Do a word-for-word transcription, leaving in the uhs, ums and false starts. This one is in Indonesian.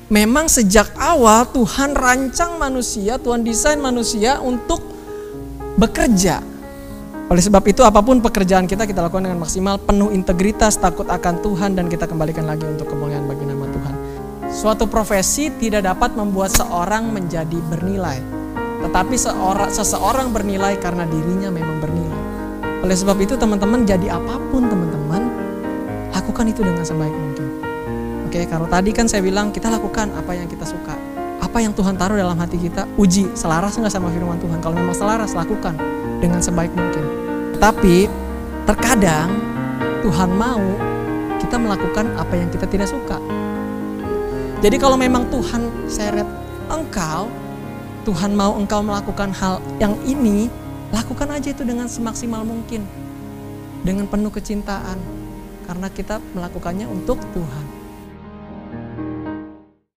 memang sejak awal Tuhan rancang manusia, Tuhan desain manusia untuk bekerja. Oleh sebab itu apapun pekerjaan kita, kita lakukan dengan maksimal, penuh integritas, takut akan Tuhan, dan kita kembalikan lagi untuk kemuliaan bagi nama Tuhan. Suatu profesi tidak dapat membuat seorang menjadi bernilai, tetapi seorang, seseorang bernilai karena dirinya memang bernilai. Oleh sebab itu teman-teman, jadi apapun teman-teman, lakukan itu dengan sebaik mungkin. Oke, kalau tadi kan saya bilang kita lakukan apa yang kita suka. Apa yang Tuhan taruh dalam hati kita, uji, selaras nggak sama firman Tuhan. Kalau memang selaras, lakukan dengan sebaik mungkin. Tapi terkadang Tuhan mau kita melakukan apa yang kita tidak suka. Jadi kalau memang Tuhan seret engkau, Tuhan mau engkau melakukan hal yang ini, lakukan aja itu dengan semaksimal mungkin, dengan penuh kecintaan, karena kita melakukannya untuk Tuhan.